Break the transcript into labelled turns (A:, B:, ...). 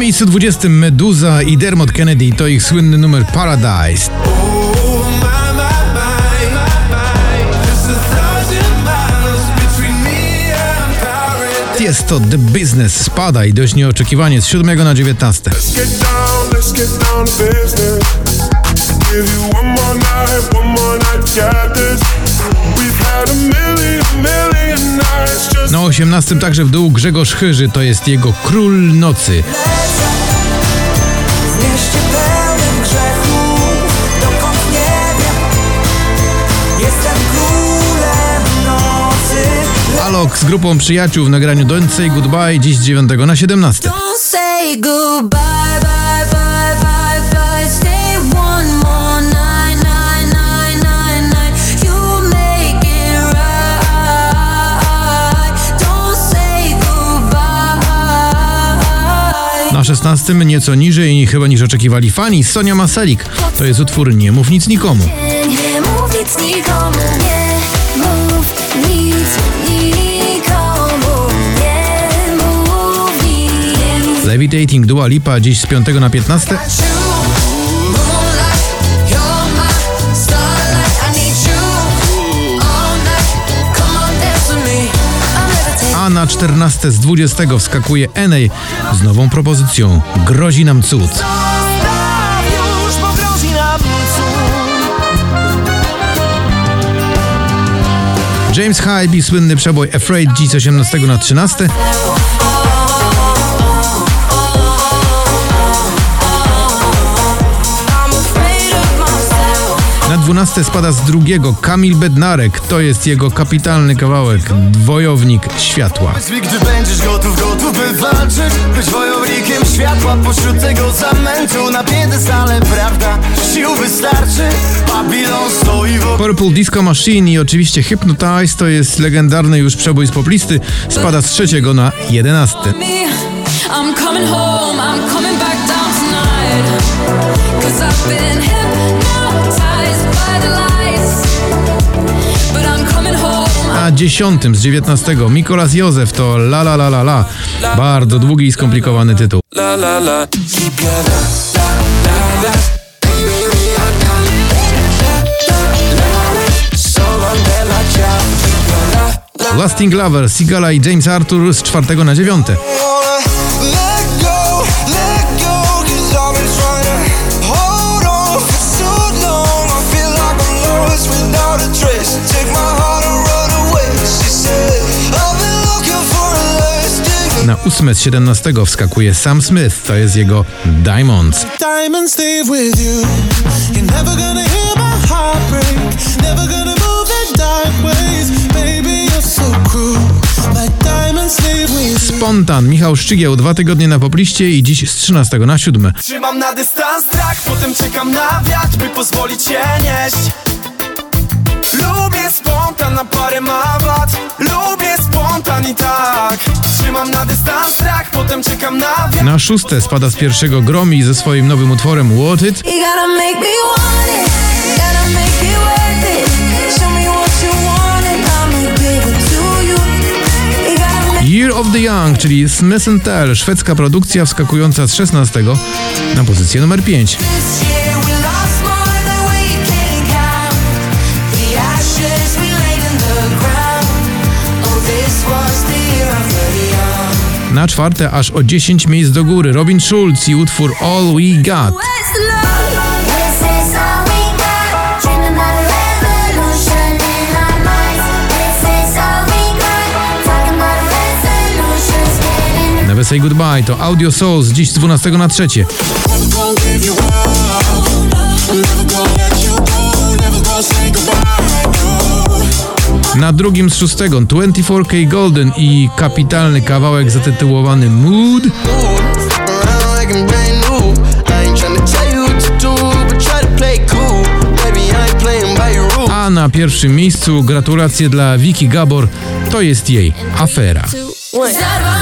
A: miejscu 20 Meduza i Dermot Kennedy, to ich słynny numer Paradise. Jest to The Business, spada i dość nieoczekiwanie z 7 na 19. Na 18 także w dół Grzegorz Chyży, to jest jego Król Nocy. Alok z grupą przyjaciół w nagraniu Don't Say Goodbye, dziś z 9 na 17. Na 16 nieco niżej chyba niż oczekiwali fani, Sonia Maselik. To jest utwór Nie mów nic nikomu.
B: Nie mów nic nikomu, nie mów nic nikomu, nie mów nic.
A: Levitating Dua Lipa, dziś z 5 na 15. A na 14 z 20 wskakuje Enej z nową propozycją Grozi nam cud. James Hype i słynny przebój Afraid, dziś z 18 na 13. Na 12 spada z drugiego Kamil Bednarek, to jest jego kapitalny kawałek Wojownik Światła.
C: Gdy będziesz gotów by walczyć, być wojownikiem światła pośród tego zamętu na piedestale, prawda? Sił wystarczy, Babylon stoi w...
A: Purple Disco Machine i oczywiście Hypnotize, to jest legendarny już przebój z poplisty, spada z 3 na 11.
B: I'm coming home, I'm coming back down tonight, 'cause I've been hypnotized by the lights, but I'm coming home.
A: A 10 z 19 Mikolas Józef to La La La La La. Bardzo długi i skomplikowany tytuł.
C: La la la,
A: Lasting Lover, Sigala i James Arthur z 4 na 9. Na 8 z 17 wskakuje Sam Smith, to jest jego Diamonds. Spontan, Michał Szczygieł, 2 tygodnie na popliście i dziś z 13 na 7.
C: Trzymam na dystans strach, potem czekam na wiatr, by pozwolić się nieść. Lubię spontan, na parę ma wad. Lubię spontan i tak. Trzymam na dystans strach, potem czekam na wiatr.
A: Na 6 spada z pierwszego Gromi ze swoim nowym utworem What It. Year of the Young, czyli Smith & Tell, szwedzka produkcja wskakująca z 16 na pozycję numer 5. Na 4 aż o 10 miejsc do góry Robin Schulz i utwór All We Got. Never Say Goodbye to Audio Souls, dziś z 12 na 3. Na drugim z 6 24K Golden i kapitalny kawałek zatytułowany Mood. A na pierwszym miejscu gratulacje dla Wiki Gabor, to jest jej Afera.